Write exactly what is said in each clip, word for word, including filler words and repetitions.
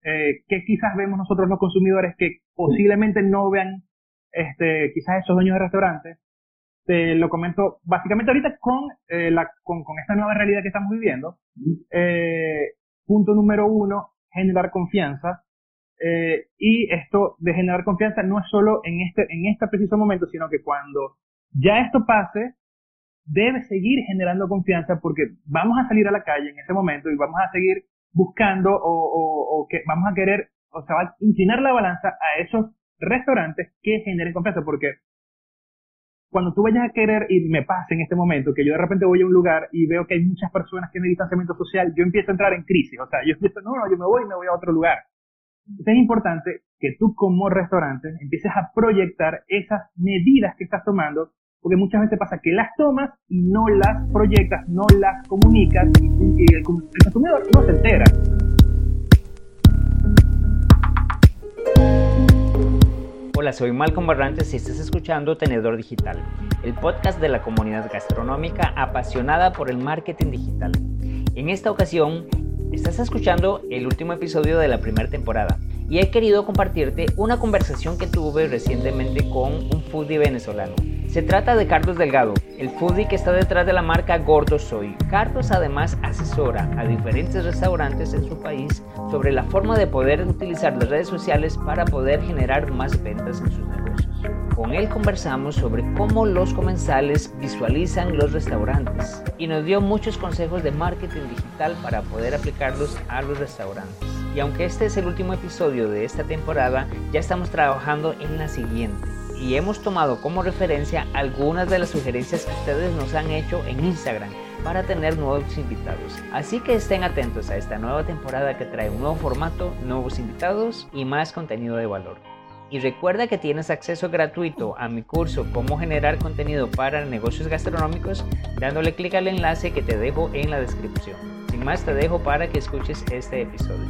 eh, ¿qué quizás vemos nosotros los consumidores que posiblemente no vean este, quizás esos dueños de restaurantes? Te lo comento básicamente ahorita con, eh, la, con, con esta nueva realidad que estamos viviendo. Eh, punto número uno, generar confianza. Eh, y esto de generar confianza no es solo en este, en este preciso momento, sino que cuando ya esto pase, debe seguir generando confianza porque vamos a salir a la calle en ese momento y vamos a seguir buscando o, o, o que vamos a querer, o sea, va a inclinar la balanza a esos restaurantes que generen confianza, porque cuando tú vayas a querer, y me pasa en este momento, que yo de repente voy a un lugar y veo que hay muchas personas que tienen distanciamiento social, yo empiezo a entrar en crisis, o sea, yo empiezo, no, no, yo me voy y me voy a otro lugar. Entonces es importante que tú como restaurante empieces a proyectar esas medidas que estás tomando, porque muchas veces pasa que las tomas y no las proyectas, no las comunicas, y, y el, el consumidor no se entera. Hola, soy Malcolm Barrantes y estás escuchando Tenedor Digital, el podcast de la comunidad gastronómica apasionada por el marketing digital. En esta ocasión, estás escuchando el último episodio de la primera temporada y he querido compartirte una conversación que tuve recientemente con un foodie venezolano. Se trata de Carlos Delgado, el foodie que está detrás de la marca Gordo Soy. Carlos además asesora a diferentes restaurantes en su país sobre la forma de poder utilizar las redes sociales para poder generar más ventas en sus negocios. Con él conversamos sobre cómo los comensales visualizan los restaurantes y nos dio muchos consejos de marketing digital para poder aplicarlos a los restaurantes. Y aunque este es el último episodio de esta temporada, ya estamos trabajando en la siguiente. Y hemos tomado como referencia algunas de las sugerencias que ustedes nos han hecho en Instagram para tener nuevos invitados. Así que estén atentos a esta nueva temporada que trae un nuevo formato, nuevos invitados y más contenido de valor. Y recuerda que tienes acceso gratuito a mi curso Cómo generar contenido para negocios gastronómicos dándole clic al enlace que te dejo en la descripción. Sin más, te dejo para que escuches este episodio.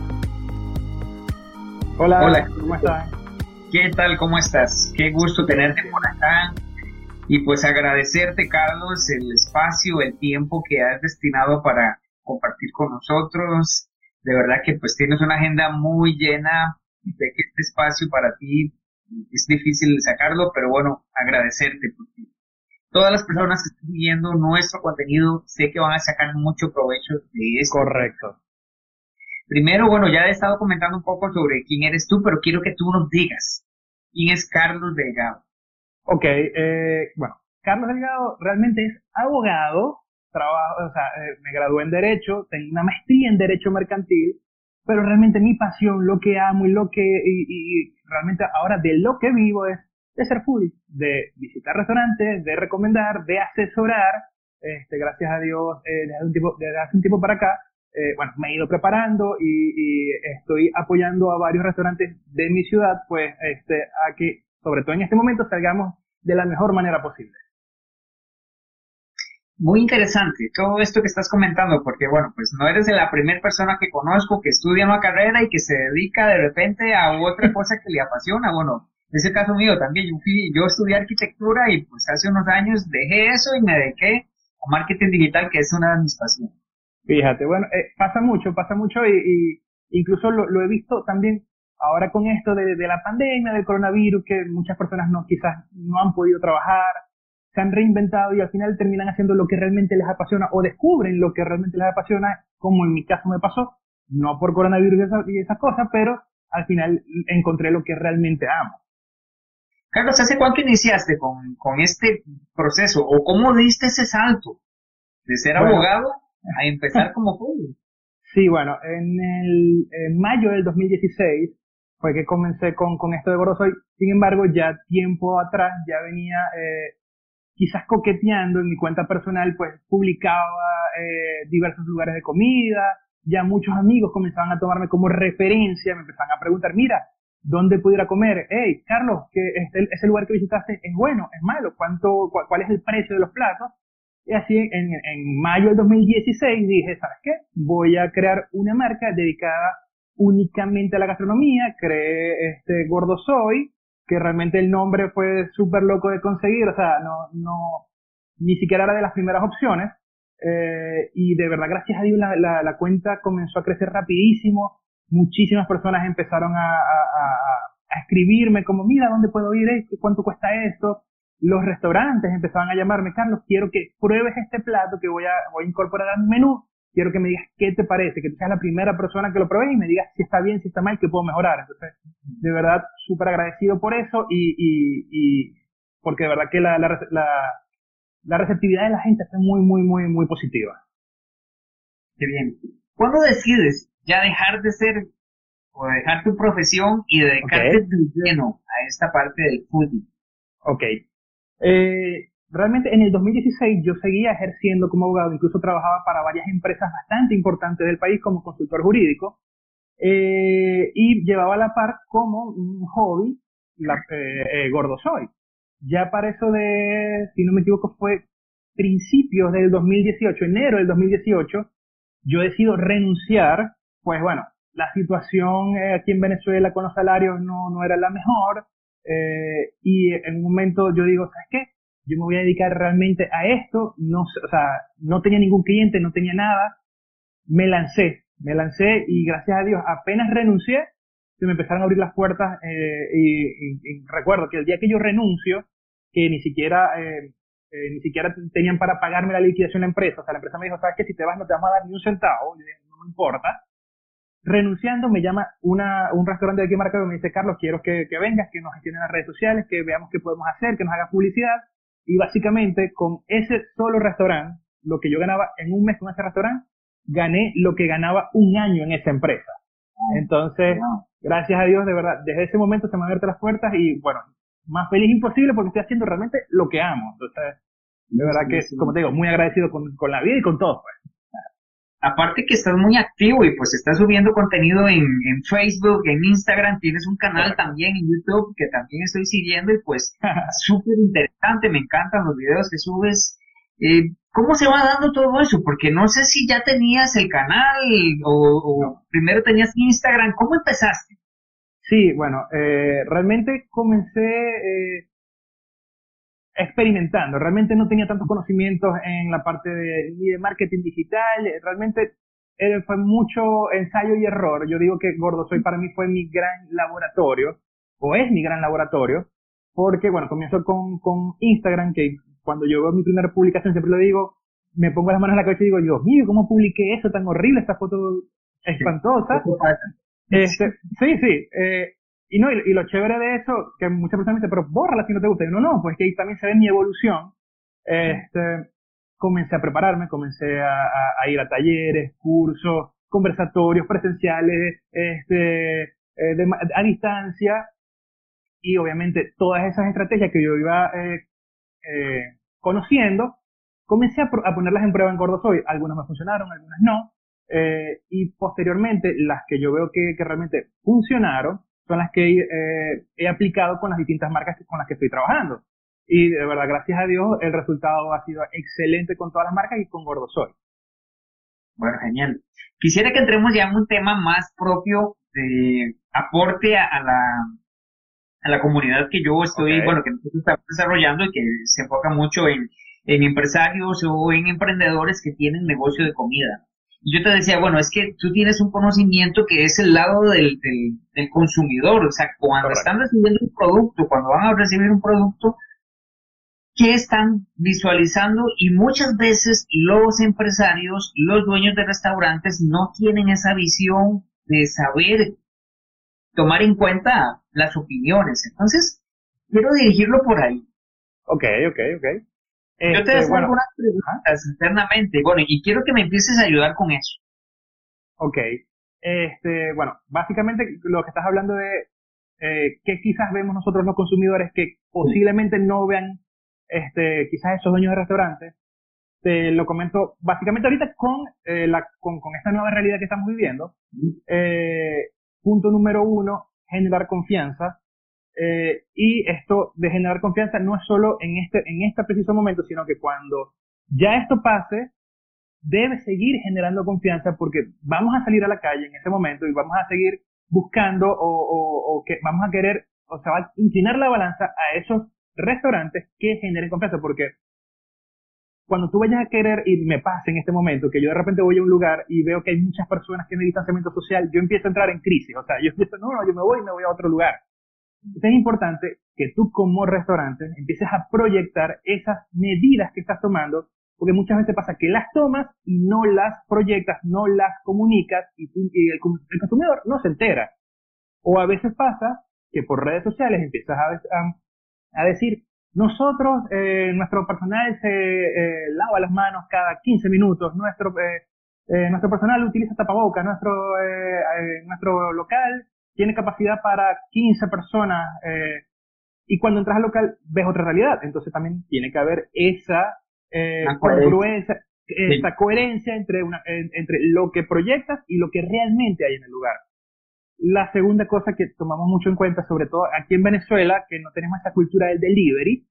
Hola, Hola, ¿cómo estás? ¿Qué tal? ¿Cómo estás? Qué gusto tenerte por acá y pues agradecerte, Carlos, el espacio, el tiempo que has destinado para compartir con nosotros. De verdad que pues tienes una agenda muy llena, de que este espacio para ti es difícil sacarlo, pero bueno, agradecerte porque todas las personas que están siguiendo nuestro contenido sé que van a sacar mucho provecho de esto. Correcto. Primero, bueno, ya he estado comentando un poco sobre quién eres tú, pero quiero que tú nos digas quién es Carlos Delgado. Ok, eh, bueno, Carlos Delgado realmente es abogado, trabajo, o sea, eh, me gradué en Derecho, tengo una maestría en Derecho Mercantil, pero realmente mi pasión, lo que amo y lo que, y, y realmente ahora de lo que vivo es de ser foodie, de visitar restaurantes, de recomendar, de asesorar, este, gracias a Dios, eh, desde, un tiempo, desde hace un tiempo para acá, Eh, bueno, me he ido preparando y, y estoy apoyando a varios restaurantes de mi ciudad, pues, este, a que, sobre todo en este momento, salgamos de la mejor manera posible. Muy interesante todo esto que estás comentando, porque bueno, pues no eres la primera persona que conozco que estudia una carrera y que se dedica de repente a otra cosa que le apasiona. Bueno, es el caso mío también. Yo fui, yo estudié arquitectura y pues hace unos años dejé eso y me dediqué a marketing digital, que es una de mis pasiones. Fíjate, bueno, eh, pasa mucho, pasa mucho y, y incluso lo, lo he visto también ahora con esto de, de la pandemia, del coronavirus, que muchas personas no, quizás no han podido trabajar, se han reinventado y al final terminan haciendo lo que realmente les apasiona o descubren lo que realmente les apasiona, como en mi caso me pasó, no por coronavirus y esas, y esas cosas, pero al final encontré lo que realmente amo. Carlos, ¿hace cuánto iniciaste con, con este proceso o cómo diste ese salto de ser Bueno, abogado a empezar como foodie? Sí, bueno, en el en mayo del dos mil dieciséis fue que comencé con, con esto de Gordo Soy. Sin embargo, ya tiempo atrás ya venía eh, quizás coqueteando en mi cuenta personal, pues publicaba eh, diversos lugares de comida, ya muchos amigos comenzaban a tomarme como referencia, me empezaban a preguntar, mira, ¿dónde pudiera comer? Hey, Carlos, que este, ese lugar que visitaste es bueno, es malo, ¿cuánto, cuál, cuál es el precio de los platos? Y así en, en mayo del dos mil dieciséis dije, ¿sabes qué? Voy a crear una marca dedicada únicamente a la gastronomía. Creé este Gordo Soy, que realmente el nombre fue súper loco de conseguir, o sea, no, no, ni siquiera era de las primeras opciones. Eh, y de verdad, gracias a Dios, la, la, la cuenta comenzó a crecer rapidísimo. muchísimas personas empezaron a, a, a, a escribirme como, mira, ¿dónde puedo ir? ¿Eh? ¿Cuánto cuesta esto? Los restaurantes empezaban a llamarme, Carlos, quiero que pruebes este plato que voy a, voy a incorporar a mi menú, quiero que me digas qué te parece, que tú seas la primera persona que lo pruebe y me digas si está bien, si está mal, qué puedo mejorar. Entonces, de verdad, súper agradecido por eso y, y, y porque de verdad que la, la, la, la receptividad de la gente fue muy, muy, muy, muy positiva. Qué bien. ¿Cuándo decides ya dejar de ser o dejar tu profesión y dedicarte Okay. de lleno a esta parte del foodie? Ok. Eh, realmente en el dos mil dieciséis yo seguía ejerciendo como abogado, incluso trabajaba para varias empresas bastante importantes del país como consultor jurídico, eh, y llevaba a la par como un hobby la, eh, eh, Gordo Soy. Ya para eso de, si no me equivoco, fue principios del dos mil dieciocho, enero del dos mil dieciocho, yo decido renunciar, pues bueno, la situación eh, aquí en Venezuela con los salarios no, no era la mejor, eh, y en un momento yo digo, ¿sabes qué? Yo me voy a dedicar realmente a esto, no, o sea, no tenía ningún cliente, no tenía nada, me lancé, me lancé y gracias a Dios apenas renuncié, se me empezaron a abrir las puertas, eh, y, y, y recuerdo que el día que yo renuncio, que ni siquiera, eh, eh, ni siquiera tenían para pagarme la liquidación de la empresa, o sea, la empresa me dijo, ¿sabes qué? Si te vas no te vamos a dar ni un centavo, yo dije, no me importa. Renunciando me llama una, un restaurante de aquí en Maracaibo y me dice, Carlos, quiero que, que vengas, que nos gestionen las redes sociales, que veamos qué podemos hacer, que nos hagas publicidad. Y básicamente con ese solo restaurante, lo que yo ganaba en un mes con ese restaurante, gané lo que ganaba un año en esa empresa. Entonces, gracias a Dios, de verdad, desde ese momento se me han abierto las puertas y bueno, más feliz imposible porque estoy haciendo realmente lo que amo. Entonces, de verdad que, como te digo, muy agradecido con, con la vida y con todo, pues. Aparte que estás muy activo y pues estás subiendo contenido en, en Facebook, en Instagram, tienes un canal Correcto. también en YouTube que también estoy siguiendo y pues súper interesante, me encantan los videos que subes. Eh, ¿Cómo se va dando todo eso? Porque no sé si ya tenías el canal o, o No. primero tenías Instagram, ¿cómo empezaste? Sí, bueno, eh, realmente comencé eh, experimentando. Realmente no tenía tantos conocimientos en la parte de, ni de marketing digital. eh, Realmente eh, fue mucho ensayo y error. Yo digo que Gordo Soy para mí fue mi gran laboratorio, o es mi gran laboratorio, porque, bueno, comienzo con, con Instagram, que cuando yo veo mi primera publicación, siempre lo digo, me pongo las manos en la cabeza y digo, Dios mío, ¿cómo publiqué eso tan horrible, esta foto espantosa? ¿Qué pasa? Este, sí, sí, eh, y no, y, y lo chévere de eso, que muchas personas me dicen, pero bórrala si no te gusta. Y yo, no, no, pues que ahí también se ve mi evolución. Este, comencé a prepararme, comencé a, a, a ir a talleres, cursos, conversatorios presenciales, este, eh, de, a distancia, y obviamente todas esas estrategias que yo iba eh, eh, conociendo, comencé a, a ponerlas en prueba en Gordo Soy. Algunas me funcionaron, algunas no. Eh, y posteriormente, las que yo veo que, que realmente funcionaron son las que eh, he aplicado con las distintas marcas con las que estoy trabajando. Y de verdad, gracias a Dios, el resultado ha sido excelente con todas las marcas y con Gordo Soy. Bueno, genial. Quisiera que entremos ya en un tema más propio de aporte a, a la a la comunidad que yo estoy, Okay. bueno, que nosotros estamos desarrollando y que se enfoca mucho en, en empresarios o en emprendedores que tienen negocio de comida. Y yo te decía, bueno, es que tú tienes un conocimiento que es el lado del, del, del consumidor, o sea, cuando Correcto. están recibiendo un producto, cuando van a recibir un producto, ¿qué están visualizando? Y muchas veces los empresarios, los dueños de restaurantes no tienen esa visión de saber tomar en cuenta las opiniones. Entonces, quiero dirigirlo por ahí. Ok, ok, ok. Yo te Este, hacía bueno, algunas ajá, preguntas internamente, bueno, y quiero que me empieces a ayudar con eso. ok. Este, bueno, básicamente lo que estás hablando de eh, que quizás vemos nosotros los consumidores que posiblemente no vean este, quizás esos dueños de restaurantes. Te lo comento básicamente ahorita con, eh, la, con, con esta nueva realidad que estamos viviendo. Eh, punto número uno, generar confianza. Eh, y esto de generar confianza no es solo en este, en este preciso momento, sino que cuando ya esto pase, debe seguir generando confianza porque vamos a salir a la calle en ese momento y vamos a seguir buscando o, o, o que vamos a querer, o sea, va a inclinar la balanza a esos restaurantes que generen confianza, porque cuando tú vayas a querer, y me pasa en este momento, que yo de repente voy a un lugar y veo que hay muchas personas que tienen distanciamiento social, yo empiezo a entrar en crisis. O sea, yo empiezo, no, no, yo me voy y me voy a otro lugar. Entonces es importante que tú como restaurante empieces a proyectar esas medidas que estás tomando, porque muchas veces pasa que las tomas y no las proyectas, no las comunicas y, tú, y el, el consumidor no se entera. O a veces pasa que por redes sociales empiezas a, a, a decir, nosotros, eh, nuestro personal se eh, lava las manos cada quince minutos, nuestro eh, eh, nuestro personal utiliza tapabocas, nuestro eh, eh, nuestro local tiene capacidad para quince personas, eh, y cuando entras al local ves otra realidad. Entonces también tiene que haber esa eh, congruencia, esa sí. coherencia entre, una, en, entre lo que proyectas y lo que realmente hay en el lugar. La segunda cosa que tomamos mucho en cuenta, sobre todo aquí en Venezuela, que no tenemos esa cultura del delivery,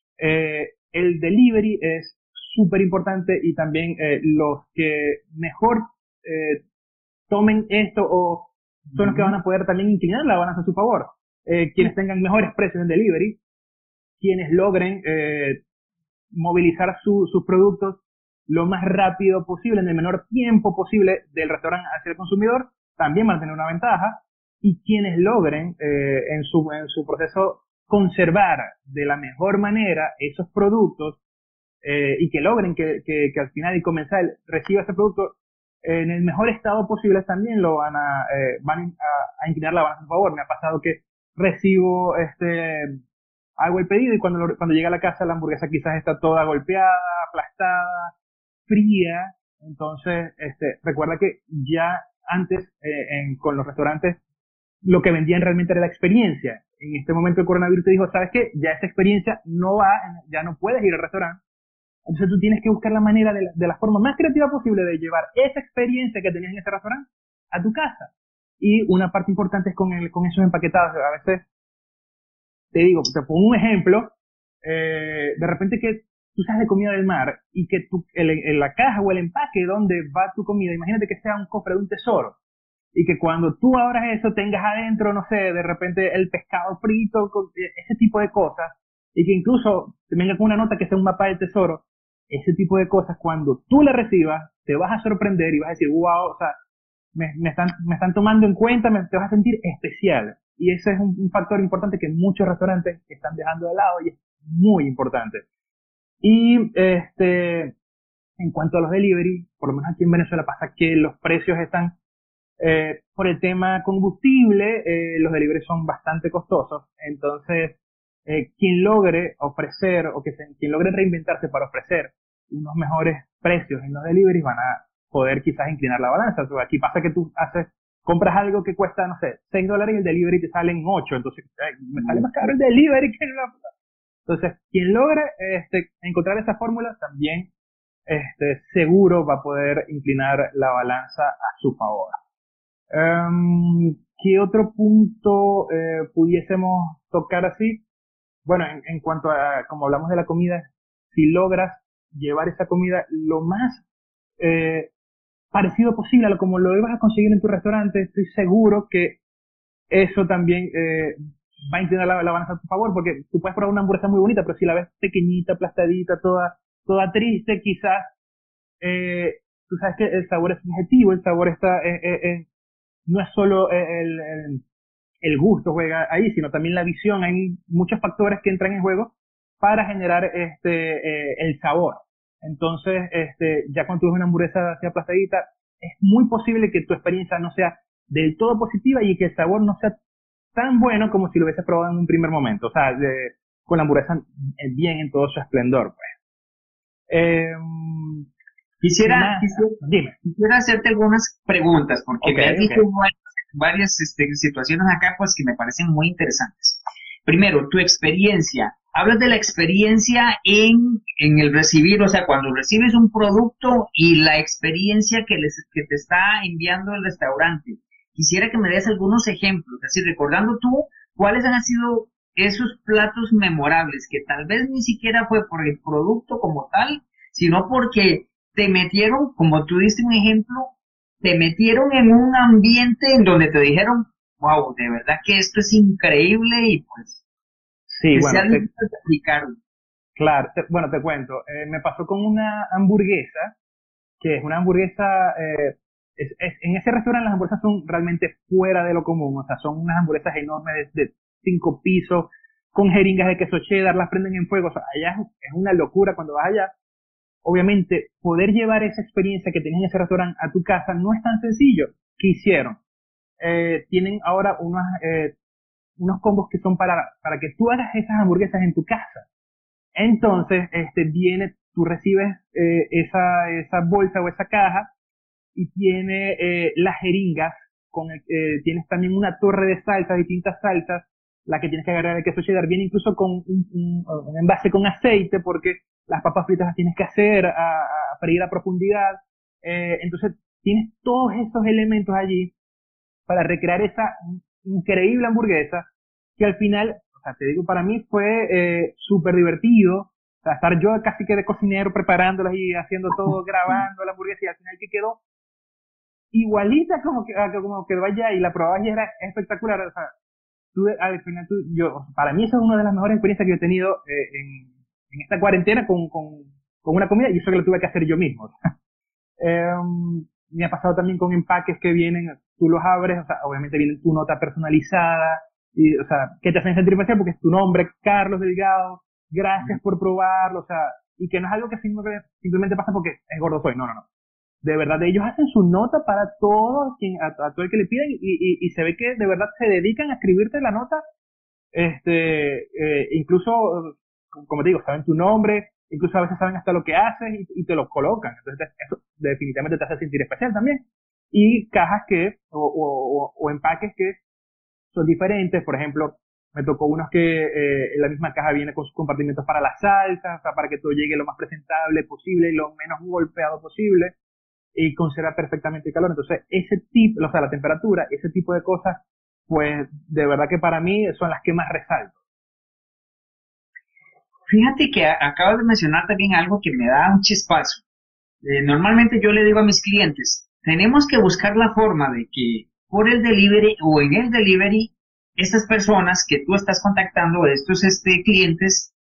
eh, el delivery es súper importante, y también eh, los que mejor eh, tomen esto o son los que van a poder también inclinar la balanza a su favor. Eh, quienes tengan mejores precios en delivery, quienes logren eh, movilizar su, sus productos lo más rápido posible, en el menor tiempo posible del restaurante hacia el consumidor, también van a tener una ventaja. Y quienes logren eh, en su en su proceso conservar de la mejor manera esos productos eh, y que logren que, que, que al final y comenzar reciba ese producto en el mejor estado posible, también lo van a eh, van a, a inclinar la balanza a favor. Me ha pasado que recibo este hago el pedido y cuando lo, cuando llega a la casa la hamburguesa quizás está toda golpeada, aplastada, fría. Entonces este recuerda que ya antes eh, en, con los restaurantes lo que vendían realmente era la experiencia. En este momento el coronavirus te dijo, ¿sabes qué? Ya esa experiencia no va, ya no puedes ir al restaurante. Entonces tú tienes que buscar la manera de la, de la forma más creativa posible de llevar esa experiencia que tenías en ese restaurante a tu casa. Y una parte importante es con, el, con esos empaquetados. A veces, te digo, te pongo un ejemplo, eh, de repente que tú sabes de comida del mar y que tú, el, en la caja o el empaque donde va tu comida, imagínate que sea un cofre de un tesoro. Y que cuando tú abras eso tengas adentro, no sé, de repente el pescado frito, ese tipo de cosas, y que incluso te venga con una nota que sea un mapa del tesoro. Ese tipo de cosas, cuando tú la recibas, te vas a sorprender y vas a decir, wow, o sea, me, me están, me están tomando en cuenta, me, te vas a sentir especial. Y ese es un, un factor importante que muchos restaurantes están dejando de lado y es muy importante. Y este, en cuanto a los delivery, por lo menos aquí en Venezuela pasa que los precios están Eh, por el tema combustible, eh, los deliveries son bastante costosos. Entonces, eh, quien logre ofrecer o que se, quien logre reinventarse para ofrecer unos mejores precios en los deliveries van a poder quizás inclinar la balanza. O sea, aquí pasa que tú haces, compras algo que cuesta, no sé, seis dólares y el delivery te sale en ocho. Entonces, eh, me sale más caro el delivery que la... Entonces, quien logre este, encontrar esa fórmula también este, seguro va a poder inclinar la balanza a su favor. Um, ¿Qué otro punto eh, pudiésemos tocar así? Bueno, en, en cuanto a, como hablamos de la comida, si logras llevar esa comida lo más eh, parecido posible a lo como lo ibas a conseguir en tu restaurante, estoy seguro que eso también eh, va a inclinar la, la balanza a tu favor, porque tú puedes probar una hamburguesa muy bonita, pero si la ves pequeñita, aplastadita, toda, toda triste, quizás eh, tú sabes que el sabor es subjetivo, el sabor está eh, eh, eh, no es solo el, el, el gusto juega ahí, sino también la visión. Hay muchos factores que entran en juego para generar este eh, el sabor. Entonces, este ya cuando tú ves una hamburguesa así aplastadita, es muy posible que tu experiencia no sea del todo positiva y que el sabor no sea tan bueno como si lo hubieses probado en un primer momento. O sea, de, con la hamburguesa bien en todo su esplendor, pues. Eh, Quisiera, quisiera, Dime. quisiera hacerte algunas preguntas, porque okay, me has dicho okay. varias, varias este, situaciones acá pues que me parecen muy interesantes. Primero, tu experiencia. Hablas de la experiencia en, en el recibir, o sea, cuando recibes un producto y la experiencia que, les, que te está enviando el restaurante. Quisiera que me des algunos ejemplos, es decir, recordando tú cuáles han sido esos platos memorables, que tal vez ni siquiera fue por el producto como tal, sino porque te metieron, como tú diste un ejemplo, te metieron en un ambiente en donde te dijeron, wow, de verdad que esto es increíble y pues, sí, bueno, te, explicarlo. Claro, te- bueno, te cuento. Eh, me pasó con una hamburguesa, que es una hamburguesa, eh, es- es- en ese restaurante las hamburguesas son realmente fuera de lo común, o sea, son unas hamburguesas enormes de, de cinco pisos, con jeringas de queso cheddar, las prenden en fuego, o sea, allá es, es una locura cuando vas allá. Obviamente, poder llevar esa experiencia que tenías en ese restaurante a tu casa no es tan sencillo. ¿Qué hicieron? Eh, tienen ahora unos, eh, unos combos que son para, para que tú hagas esas hamburguesas en tu casa. Entonces, este, viene, tú recibes eh, esa, esa bolsa o esa caja y tiene eh, las jeringas, con el- eh, tienes también una torre de salsas, distintas salsas, la que tienes que agarrar el queso cheddar, viene incluso con un, un- un envase con aceite, porque las papas fritas las tienes que hacer a, a freír a profundidad. Eh, entonces, tienes todos esos elementos allí para recrear esa increíble hamburguesa que al final, o sea, te digo, para mí fue eh, súper divertido. O sea, estar yo casi que de cocinero preparándolas y haciendo todo, grabando la hamburguesa y al final que quedó igualita como que, a- como quedó allá y la probabas y era espectacular. O sea, tú, al final tú, yo, para mí eso es una de las mejores experiencias que yo he tenido eh, en, en esta cuarentena con, con, con una comida y eso que lo tuve que hacer yo mismo. Em, me ha pasado también con empaques que vienen, tú los abres, o sea, obviamente viene tu nota personalizada, y, o sea, que te hacen sentir especial porque es tu nombre, Carlos Delgado, gracias por probarlo, o sea, y que no es algo que simplemente, simplemente pasa porque es gordo soy, no, no, no. De verdad, ellos hacen su nota para todo quien, a, a todo el que le piden y, y, y se ve que de verdad se dedican a escribirte la nota este, eh, incluso, como te digo, saben tu nombre, incluso a veces saben hasta lo que haces y, y te lo colocan. Entonces, eso definitivamente te hace sentir especial también. Y cajas que, o, o, o empaques que son diferentes, por ejemplo, me tocó unos que eh, en la misma caja viene con sus compartimentos para la salsa, o sea, para que todo llegue lo más presentable posible y lo menos golpeado posible y conserva perfectamente el calor. Entonces, ese tipo, o sea, la temperatura, ese tipo de cosas, pues de verdad que para mí son las que más resalto. Fíjate que a- acabas de mencionar también algo que me da un chispazo. Eh, normalmente yo le digo a mis clientes, tenemos que buscar la forma de que por el delivery o en el delivery, estas personas que tú estás contactando, estos este, clientes,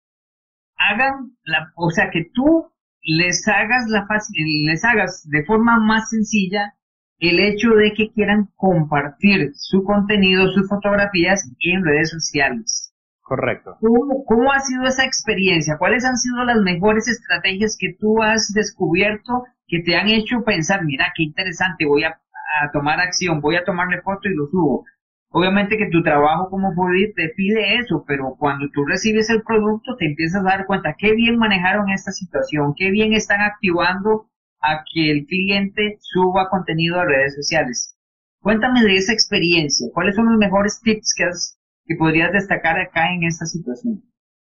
hagan la, o sea, que tú les hagas la fácil, les hagas de forma más sencilla el hecho de que quieran compartir su contenido, sus fotografías en redes sociales. Correcto. ¿Cómo, cómo ha sido esa experiencia? ¿Cuáles han sido las mejores estrategias que tú has descubierto que te han hecho pensar, mira, qué interesante, voy a, a tomar acción, voy a tomarle foto y lo subo? Obviamente que tu trabajo como foodie te pide eso, pero cuando tú recibes el producto te empiezas a dar cuenta qué bien manejaron esta situación, qué bien están activando a que el cliente suba contenido a redes sociales. Cuéntame de esa experiencia, ¿cuáles son los mejores tips que has que podrías destacar acá en esta situación?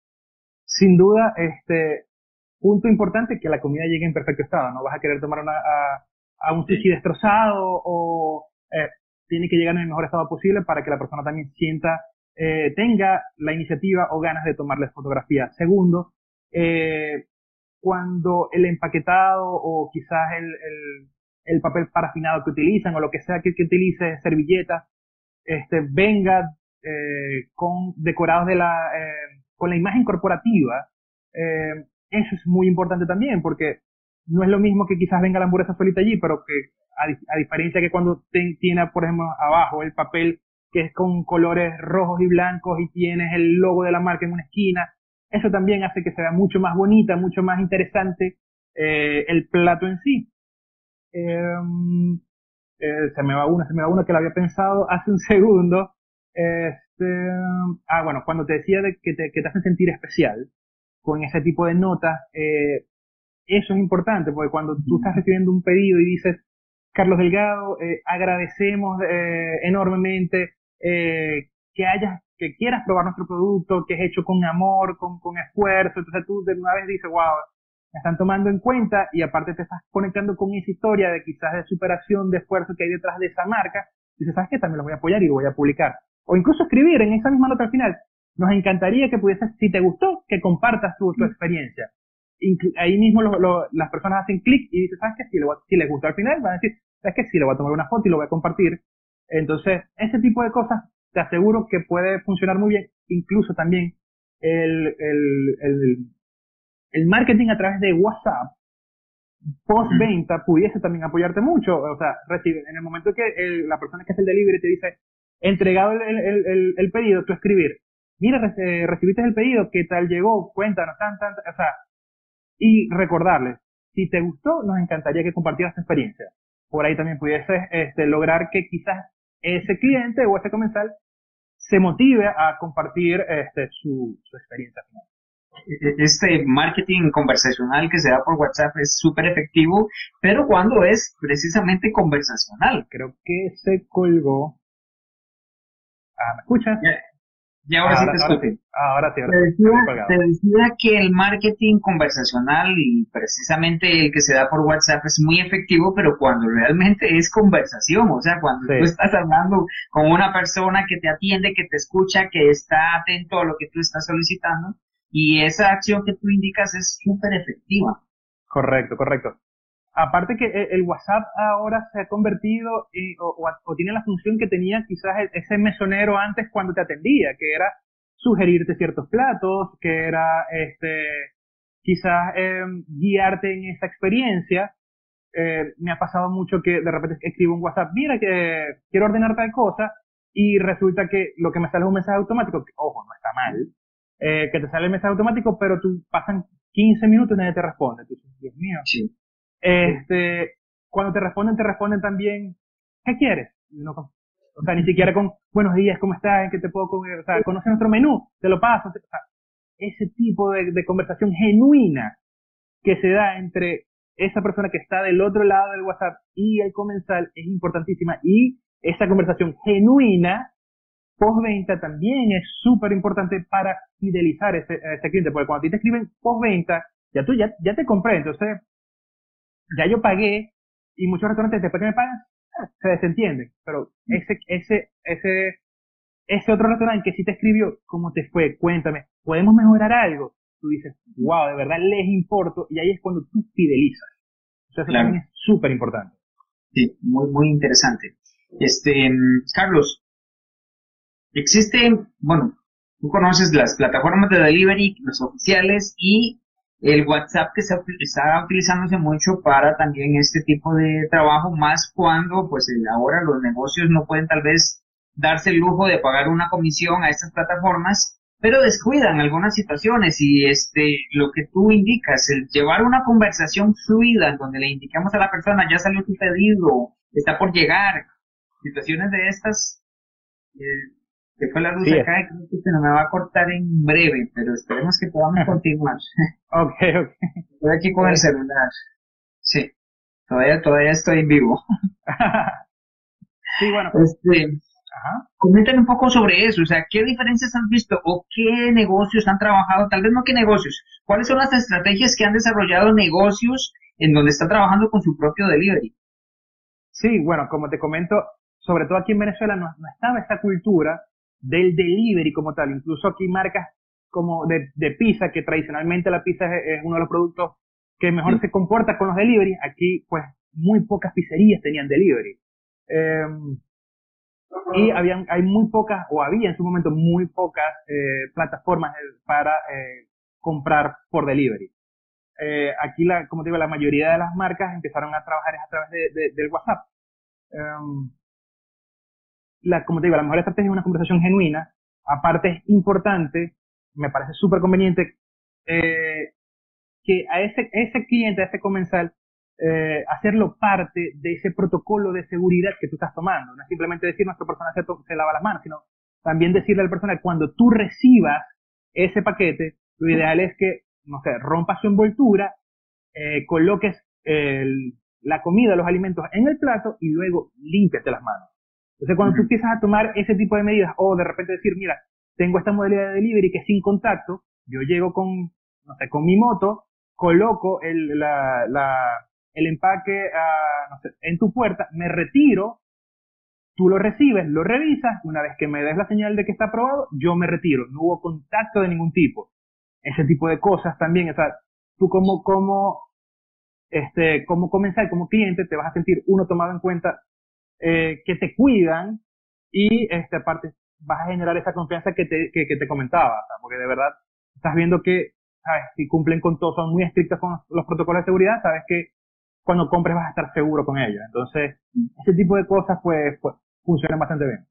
Sin duda, este, punto importante, que la comida llegue en perfecto estado. No vas a querer tomar una, a, a un sushi destrozado o eh, tiene que llegar en el mejor estado posible para que la persona también sienta, eh, tenga la iniciativa o ganas de tomarle fotografía. Segundo, eh, cuando el empaquetado o quizás el, el, el papel parafinado que utilizan o lo que sea que, que utilice, servilletas, este, venga eh, con decorados de la, eh, con la imagen corporativa, eh, eso es muy importante también, porque no es lo mismo que quizás venga la hamburguesa solita allí, pero que a, a diferencia que cuando te, tiene, por ejemplo, abajo el papel que es con colores rojos y blancos y tienes el logo de la marca en una esquina, eso también hace que se vea mucho más bonita, mucho más interesante eh, el plato en sí. Eh, eh, se me va una, se me va una que la había pensado hace un segundo. Este, ah, bueno, cuando te decía de que te, que te hacen sentir especial con ese tipo de notas, eh, eso es importante, porque cuando tú estás recibiendo un pedido y dices, Carlos Delgado, eh, agradecemos eh, enormemente eh, que hayas, que quieras probar nuestro producto, que es hecho con amor, con, con esfuerzo, entonces tú de una vez dices, wow, me están tomando en cuenta y aparte te estás conectando con esa historia de quizás de superación, de esfuerzo que hay detrás de esa marca, y dices, ¿sabes qué? También lo voy a apoyar y lo voy a publicar. O incluso escribir en esa misma nota al final, nos encantaría que pudieses, si te gustó, que compartas tu, tu experiencia. Inclu ahí mismo lo, lo, las personas hacen clic y dicen, ¿sabes qué? Si, lo, si les gustó al final, van a decir, ¿sabes qué? Si le voy a tomar una foto y lo voy a compartir. Entonces, ese tipo de cosas, te aseguro que puede funcionar muy bien. Incluso también el, el, el el marketing a través de WhatsApp, post-venta, pudiese también apoyarte mucho. O sea, recibe, en el momento que el, la persona que hace el delivery te dice, entregado el, el, el, el pedido, tú escribir, mira, reci- recibiste el pedido, ¿qué tal llegó? Cuéntanos, tan, tan, tan, o sea, y recordarles, si te gustó, nos encantaría que compartieras tu experiencia. Por ahí también pudieses este, lograr que quizás ese cliente o ese comensal se motive a compartir este, su, su experiencia final. Este marketing conversacional que se da por WhatsApp es súper efectivo, pero cuando es precisamente conversacional. Creo que se colgó. Ah, ¿me escuchas? Ya, ya ahora, ahora sí te ahora, escuché. ahora sí, ahora Te sí. decía, te decía que el marketing conversacional y precisamente el que se da por WhatsApp es muy efectivo, pero cuando realmente es conversación, o sea, cuando Sí. tú estás hablando con una persona que te atiende, que te escucha, que está atento a lo que tú estás solicitando, y esa acción que tú indicas es súper efectiva. Correcto, correcto. Aparte que el WhatsApp ahora se ha convertido en, o, o, o tiene la función que tenía quizás ese mesonero antes cuando te atendía, que era sugerirte ciertos platos, que era este quizás eh, guiarte en esa experiencia. Eh, me ha pasado mucho que de repente escribo un WhatsApp, mira que quiero ordenar tal cosa, y resulta que lo que me sale es un mensaje automático, que, ojo, no está mal, eh, que te sale el mensaje automático, pero tú pasan quince minutos y nadie te responde. Tú dices, Dios mío. Sí. Este, cuando te responden, te responden también, ¿qué quieres? No, o sea, ni siquiera con, buenos días, ¿cómo estás? ¿En qué te puedo comer? O sea, conoce nuestro menú, te lo paso. Te, o sea, ese tipo de, de conversación genuina que se da entre esa persona que está del otro lado del WhatsApp y el comensal es importantísima, y esa conversación genuina postventa también es súper importante para fidelizar a ese, a ese cliente, porque cuando a ti te escriben postventa, ya tú ya, ya te compré, entonces ya yo pagué, y muchos restaurantes después que me pagan se desentienden, pero ese ese ese ese otro restaurante que sí te escribió, ¿cómo te fue? Cuéntame, ¿podemos mejorar algo? Tú dices, wow, de verdad les importo, y ahí es cuando tú fidelizas. Entonces eso Claro. también es súper importante. Sí, muy, muy interesante. Este, Carlos, existen, bueno, tú conoces las plataformas de delivery, los oficiales, y el WhatsApp que se está utilizándose mucho para también este tipo de trabajo, más cuando pues el, ahora los negocios no pueden tal vez darse el lujo de pagar una comisión a estas plataformas, pero descuidan algunas situaciones, y este lo que tú indicas, el llevar una conversación fluida en donde le indicamos a la persona, ya salió tu pedido, está por llegar, situaciones de estas, eh, se fue la luz Sí, acá y creo que se nos me va a cortar en breve, pero esperemos que podamos continuar. ok, ok. Estoy aquí con el celular. Sí, todavía, todavía estoy en vivo. Sí, bueno. Este, Ajá. coméntame un poco sobre eso, o sea, ¿qué diferencias has visto o qué negocios han trabajado? Tal vez no qué negocios, ¿cuáles son las estrategias que han desarrollado negocios en donde están trabajando con su propio delivery? Sí, bueno, como te comento, sobre todo aquí en Venezuela no, no estaba esta cultura del delivery como tal. Incluso aquí marcas como de, de pizza, que tradicionalmente la pizza es, es uno de los productos que mejor Sí. se comporta con los delivery. Aquí, pues, muy pocas pizzerías tenían delivery. Eh, y habían, hay muy pocas, o había en su momento muy pocas eh, plataformas eh, para eh, comprar por delivery. Eh, aquí, la, como te digo, la mayoría de las marcas empezaron a trabajar a través de, de, del WhatsApp. Um, la, como te digo, la mejor estrategia es una conversación genuina. Aparte es importante, me parece súper conveniente, eh, que a ese, ese cliente, a ese comensal, eh, hacerlo parte de ese protocolo de seguridad que tú estás tomando. No es simplemente decir nuestra persona se, to- se lava las manos, sino también decirle al personal, cuando tú recibas ese paquete, lo ideal es que, no sé, rompas su envoltura, eh, coloques el, la comida, los alimentos en el plato y luego límpiate las manos. Entonces, cuando tú Ujú. empiezas a tomar ese tipo de medidas, o de repente decir, mira, tengo esta modalidad de delivery que es sin contacto, yo llego con, no sé, con mi moto, coloco el, la, la, el empaque ah, no sé, en tu puerta, me retiro, tú lo recibes, lo revisas, una vez que me des la señal de que está aprobado, yo me retiro, no hubo contacto de ningún tipo. Ese tipo de cosas también, o sea, tú como, como, este, como comensal, como cliente, te vas a sentir, uno, tomado en cuenta, eh, que te cuidan, y este, aparte vas a generar esa confianza que te, que, que te comentaba, o sea, porque de verdad estás viendo que sabes, si cumplen con todo, son muy estrictos con los protocolos de seguridad, sabes que cuando compres vas a estar seguro con ellos. Entonces, ese tipo de cosas, pues, pues funcionan bastante bien.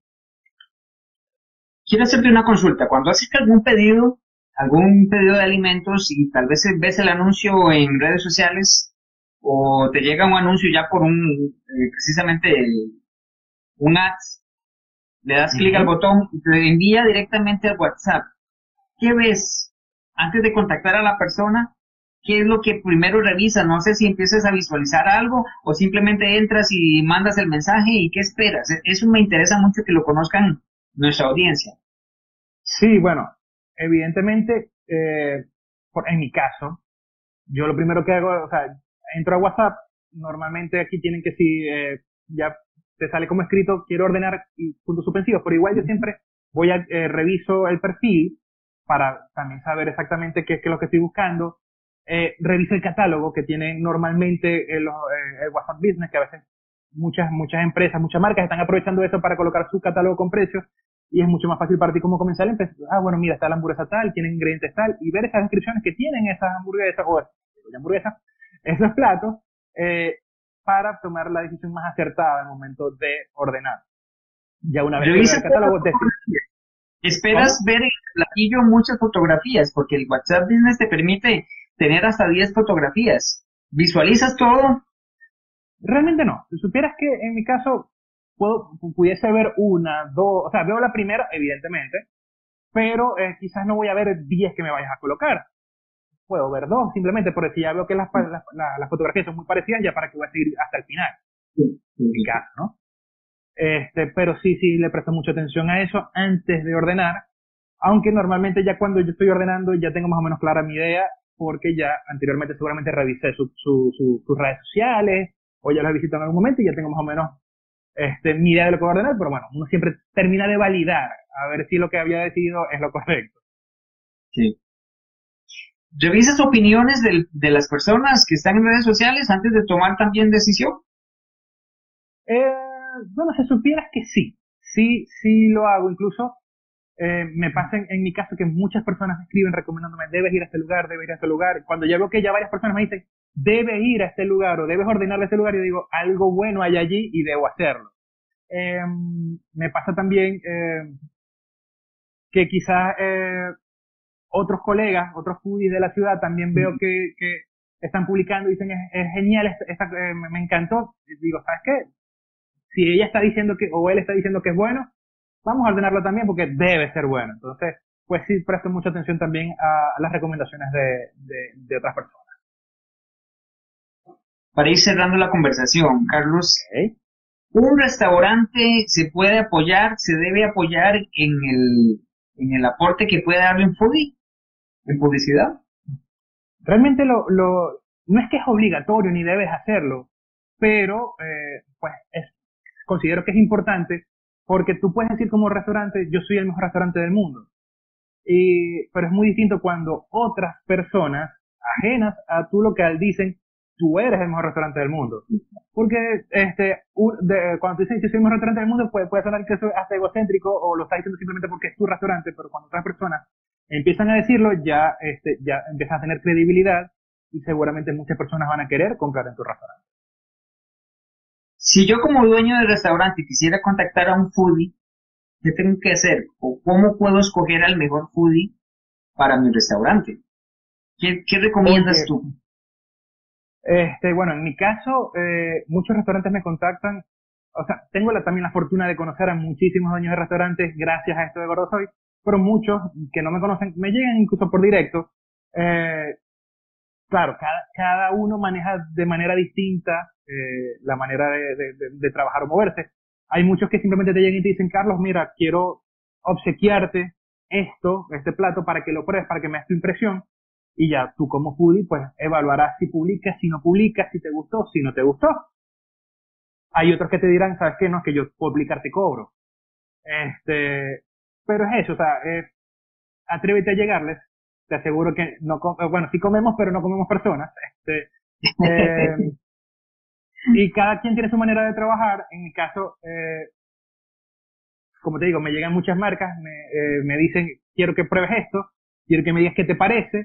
Quiero hacerte una consulta. Cuando haces algún pedido, algún pedido de alimentos y tal vez ves el anuncio en redes sociales o te llega un anuncio ya por un, eh, precisamente un ad, le das clic al botón y te envía directamente al WhatsApp. ¿Qué ves antes de contactar a la persona? ¿Qué es lo que primero revisas? No sé si empiezas a visualizar algo o simplemente entras y mandas el mensaje y ¿qué esperas? Eso me interesa mucho que lo conozcan nuestra audiencia. Sí, bueno, evidentemente, eh, por, en mi caso, yo lo primero que hago, o sea, entro a WhatsApp, normalmente aquí tienen que si eh, ya te sale como escrito, quiero ordenar y puntos suspensivos, pero igual yo siempre voy a, eh, reviso el perfil para también saber exactamente qué, qué es lo que estoy buscando, eh, reviso el catálogo que tienen normalmente el, el WhatsApp Business, que a veces muchas, muchas empresas, muchas marcas están aprovechando eso para colocar su catálogo con precios, y es mucho más fácil para ti como comensal empezar, ah, bueno, mira, está la hamburguesa tal, tiene ingredientes tal, y ver esas descripciones que tienen esas hamburguesas, o hamburguesas, esos platos, eh, para tomar la decisión más acertada al momento de ordenar. Ya una vez que veo el catálogo, decir, esperas ¿cómo? Ver en el platillo muchas fotografías, porque el WhatsApp Business te permite tener hasta diez fotografías. ¿Visualizas todo? Realmente no. Si supieras que en mi caso puedo, pudiese ver una, dos, o sea, veo la primera, evidentemente, pero eh, quizás no voy a ver diez que me vayas a colocar. Puedo ver dos, simplemente, porque si ya veo que las, las, las, las fotografías son muy parecidas, ya para que voy a seguir hasta el final. Sí, sí, en mi caso, ¿no? Este, pero sí, sí le presto mucha atención a eso antes de ordenar, aunque normalmente ya cuando yo estoy ordenando ya tengo más o menos clara mi idea, porque ya anteriormente seguramente revisé su, su, su, sus redes sociales, o ya las visité en algún momento y ya tengo más o menos este, mi idea de lo que voy a ordenar, pero bueno, uno siempre termina de validar, a ver si lo que había decidido es lo correcto. Sí. ¿Revisas opiniones de, de las personas que están en redes sociales antes de tomar también decisión? Eh, bueno, si supieras que sí, sí, sí lo hago. Incluso eh, me pasa en, en mi caso que muchas personas me escriben recomendándome, debes ir a este lugar, debes ir a este lugar. Cuando ya veo que ya varias personas me dicen, debes ir a este lugar o debes ordenar a este lugar, yo digo, algo bueno hay allí y debo hacerlo. Eh, me pasa también eh, que quizás eh, otros colegas, otros foodies de la ciudad también veo que, que están publicando y dicen, es, es genial, esta, esta, eh, me encantó. Y digo, ¿sabes qué? Si ella está diciendo que, o él está diciendo que es bueno, vamos a ordenarlo también porque debe ser bueno. Entonces, pues sí, presto mucha atención también a, a las recomendaciones de, de, de otras personas. Para ir cerrando la conversación, Carlos, Okay. ¿Un restaurante se puede apoyar, se debe apoyar en el, en el aporte que puede darle un foodie, en publicidad? Realmente lo, lo, no es que es obligatorio ni debes hacerlo, pero eh, pues es, considero que es importante porque tú puedes decir como restaurante, yo soy el mejor restaurante del mundo. Y, pero es muy distinto cuando otras personas ajenas a tu local dicen, tú eres el mejor restaurante del mundo. Porque este, un, de, cuando tú dices, yo soy el mejor restaurante del mundo, puede, puede sonar que eso es hasta egocéntrico o lo estás diciendo simplemente porque es tu restaurante, pero cuando otras personas empiezan a decirlo, ya, este, ya empiezas a tener credibilidad y seguramente muchas personas van a querer comprar en tu restaurante. Si yo como dueño del restaurante quisiera contactar a un foodie, ¿qué tengo que hacer? ¿O cómo puedo escoger al mejor foodie para mi restaurante? ¿Qué, qué recomiendas Porque, tú? Este, bueno, en mi caso, eh, muchos restaurantes me contactan, o sea, tengo la, también la fortuna de conocer a muchísimos dueños de restaurantes gracias a esto de Gordo Soy, pero muchos que no me conocen me llegan incluso por directo. Eh, claro, cada, cada uno maneja de manera distinta eh, la manera de, de, de, de trabajar o moverse. Hay muchos que simplemente te llegan y te dicen, Carlos, mira, quiero obsequiarte esto, este plato, para que lo pruebes, para que me des tu impresión. Y ya tú como foodie, pues evaluarás si publicas, si no publicas, si te gustó, si no te gustó. Hay otros que te dirán, ¿sabes qué? No, es que yo por publicar te cobro. Este, pero es eso, o sea, eh, atrévete a llegarles. Te aseguro que no, bueno, sí comemos, pero no comemos personas. Este, eh, y cada quien tiene su manera de trabajar. En mi caso, eh, como te digo, me llegan muchas marcas, me, eh, me dicen, quiero que pruebes esto, quiero que me digas qué te parece.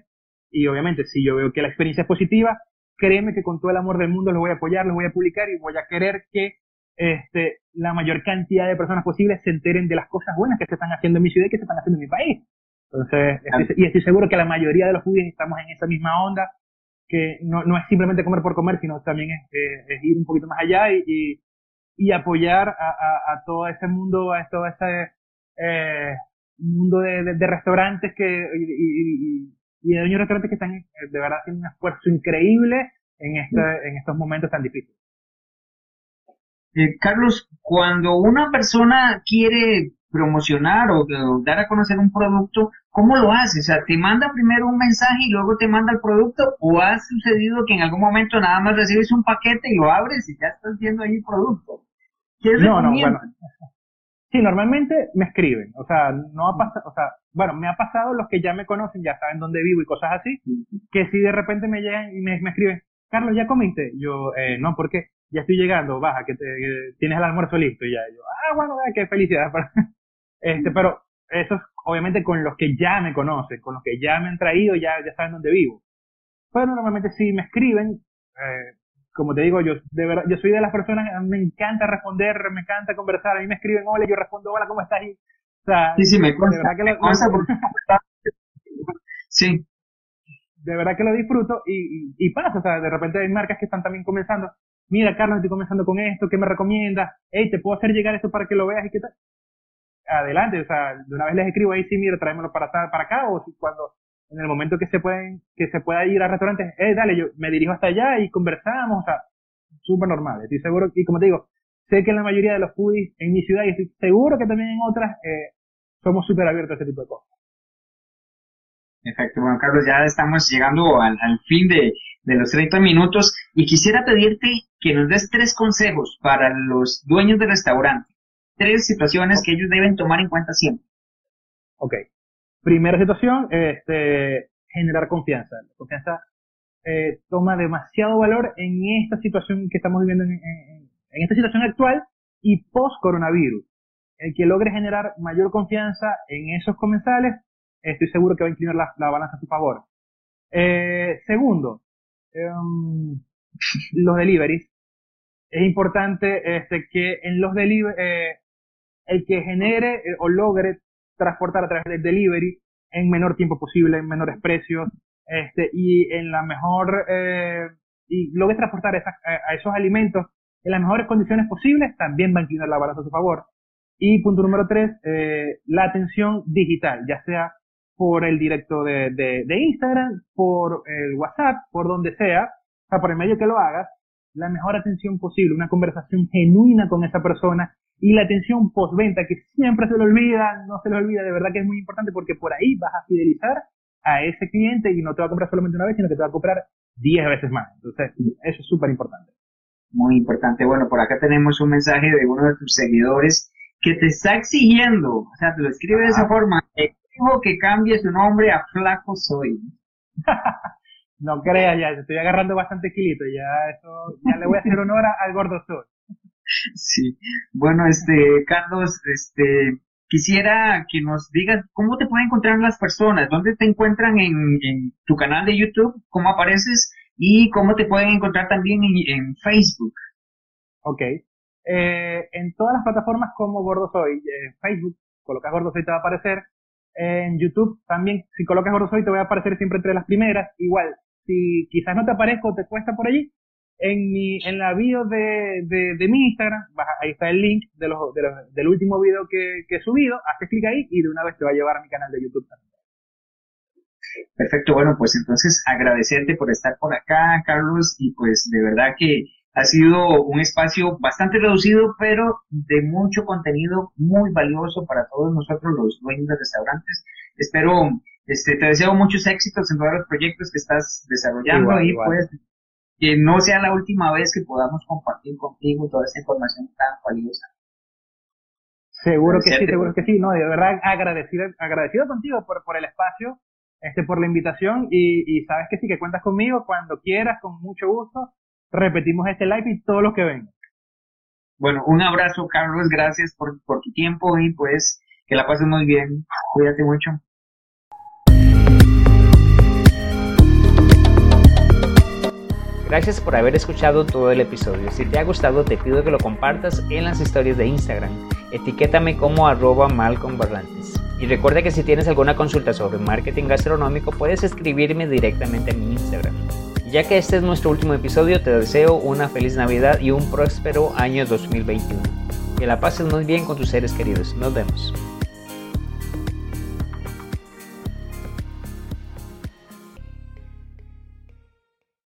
y obviamente si yo veo que la experiencia es positiva, créeme que con todo el amor del mundo los voy a apoyar, los voy a publicar y voy a querer que este, la mayor cantidad de personas posibles se enteren de las cosas buenas que se están haciendo en mi ciudad y que se están haciendo en mi país. Entonces, estoy, y estoy seguro que la mayoría de los foodies estamos en esa misma onda, que no, no es simplemente comer por comer, sino también es, es, es ir un poquito más allá y, y, y apoyar a, a, a todo ese mundo, a todo ese eh, mundo de, de, de restaurantes que y, y, y, y de dueños de restaurantes que están de verdad haciendo un esfuerzo increíble en, este, en estos momentos tan difíciles. Eh, Carlos, cuando una persona quiere promocionar o, o dar a conocer un producto, ¿cómo lo hace? O sea, ¿te manda primero un mensaje y luego te manda el producto? ¿O ha sucedido que en algún momento nada más recibes un paquete y lo abres y ya estás viendo ahí el producto? ¿Qué es no, no, bueno. Sí, normalmente me escriben. O sea, no ha pasado, o sea, bueno, me ha pasado los que ya me conocen, ya saben dónde vivo y cosas así, que si de repente me llegan y me, me escriben, Carlos, ¿ya comiste? Yo, eh, no, ¿por qué? Ya estoy llegando, baja, que, te, que tienes el almuerzo listo y ya. Yo, ah, bueno, eh, qué felicidad. este, pero eso es obviamente con los que ya me conocen, con los que ya me han traído, ya, ya saben dónde vivo. Pero normalmente sí me escriben, eh, como te digo, yo de verdad, yo soy de las personas, me encanta responder, me encanta conversar, a mí me escriben hola, yo respondo hola, ¿cómo estás? Y, o sea, sí, sí, me consta, de verdad que me lo, consta porque... sí. De verdad que lo disfruto y, y, y pasa, o sea, de repente hay marcas que están también comenzando, mira Carlos, estoy comenzando con esto, ¿qué me recomiendas? Hey, ¿te puedo hacer llegar esto para que lo veas y qué tal? Adelante, o sea, de una vez les escribo ahí, sí, mira, tráemelo para, para acá, o si cuando, en el momento que se pueden, que se pueda ir a restaurantes, eh, dale, yo me dirijo hasta allá y conversamos, o sea, súper normal, estoy seguro, y como te digo, sé que en la mayoría de los foodies en mi ciudad, y estoy seguro que también en otras, eh, somos súper abiertos a este tipo de cosas. Perfecto, bueno Carlos, ya estamos llegando al, al fin de, de los treinta minutos y quisiera pedirte que nos des tres consejos para los dueños de restaurante, tres situaciones que ellos deben tomar en cuenta siempre. Ok, primera situación, este, generar confianza. La confianza eh, toma demasiado valor en esta situación que estamos viviendo, en, en, en esta situación actual y post-coronavirus. El que logre generar mayor confianza en esos comensales, estoy seguro que va a inclinar la, la balanza a su favor. Eh, segundo, um, los deliveries. Es importante este, que en los delivery, eh, el que genere eh, o logre transportar a través del delivery en menor tiempo posible, en menores precios, este, y en la mejor, eh, y logre transportar esas, a, a esos alimentos en las mejores condiciones posibles, también va a inclinar la balanza a su favor. Y punto número tres, eh, la atención digital, ya sea por el directo de, de, de Instagram, por el WhatsApp, por donde sea, o sea, por el medio que lo hagas, la mejor atención posible, una conversación genuina con esa persona y la atención postventa, que siempre se le olvida, no se le olvida, de verdad que es muy importante porque por ahí vas a fidelizar a ese cliente y no te va a comprar solamente una vez, sino que te va a comprar diez veces más. Entonces, eso es súper importante. Muy importante. Bueno, por acá tenemos un mensaje de uno de tus seguidores que te está exigiendo, o sea, te lo escribe de esa forma, exijo que cambie su nombre a Flaco Soy. No creas, ya estoy agarrando bastante kilito, ya eso, ya le voy a hacer honor al Gordo Soy. Sí, bueno, este, Carlos, este, quisiera que nos digas cómo te pueden encontrar las personas, dónde te encuentran en, en tu canal de YouTube, cómo apareces y cómo te pueden encontrar también en, en Facebook. Ok. Eh, en todas las plataformas como Gordo Soy, en Facebook, colocas Gordo Soy te va a aparecer, en YouTube también, si colocas Gordo Soy te voy a aparecer siempre entre las primeras, igual, si quizás no te aparezco o te cuesta por allí, en mi, en la bio de, de, de mi Instagram, baja, ahí está el link de los, de los, del último video que, que he subido, haces clic ahí y de una vez te va a llevar a mi canal de YouTube también. Perfecto, bueno, pues entonces agradecerte por estar por acá, Carlos, y pues de verdad que ha sido un espacio bastante reducido, pero de mucho contenido muy valioso para todos nosotros los dueños de restaurantes. Espero, este, te deseo muchos éxitos en todos los proyectos que estás desarrollando igual, y igual. Pues que no sea la última vez que podamos compartir contigo toda esta información tan valiosa. Seguro que sí, seguro que sí, no, de verdad agradecido, agradecido contigo por, por el espacio, este, por la invitación y, y sabes que sí, que cuentas conmigo cuando quieras, con mucho gusto. Repetimos este live y todos los que vengan. Bueno, un abrazo, Carlos, gracias por, por tu tiempo y pues que la pases muy bien. Cuídate mucho. Gracias por haber escuchado todo el episodio. Si te ha gustado, te pido que lo compartas en las historias de Instagram. Etiquétame como arroba Malcolm Barrantes. Y recuerda que si tienes alguna consulta sobre marketing gastronómico, puedes escribirme directamente en mi Instagram. Ya que este es nuestro último episodio, te deseo una feliz Navidad y un próspero año dos mil veintiuno. Que la pases muy bien con tus seres queridos. Nos vemos.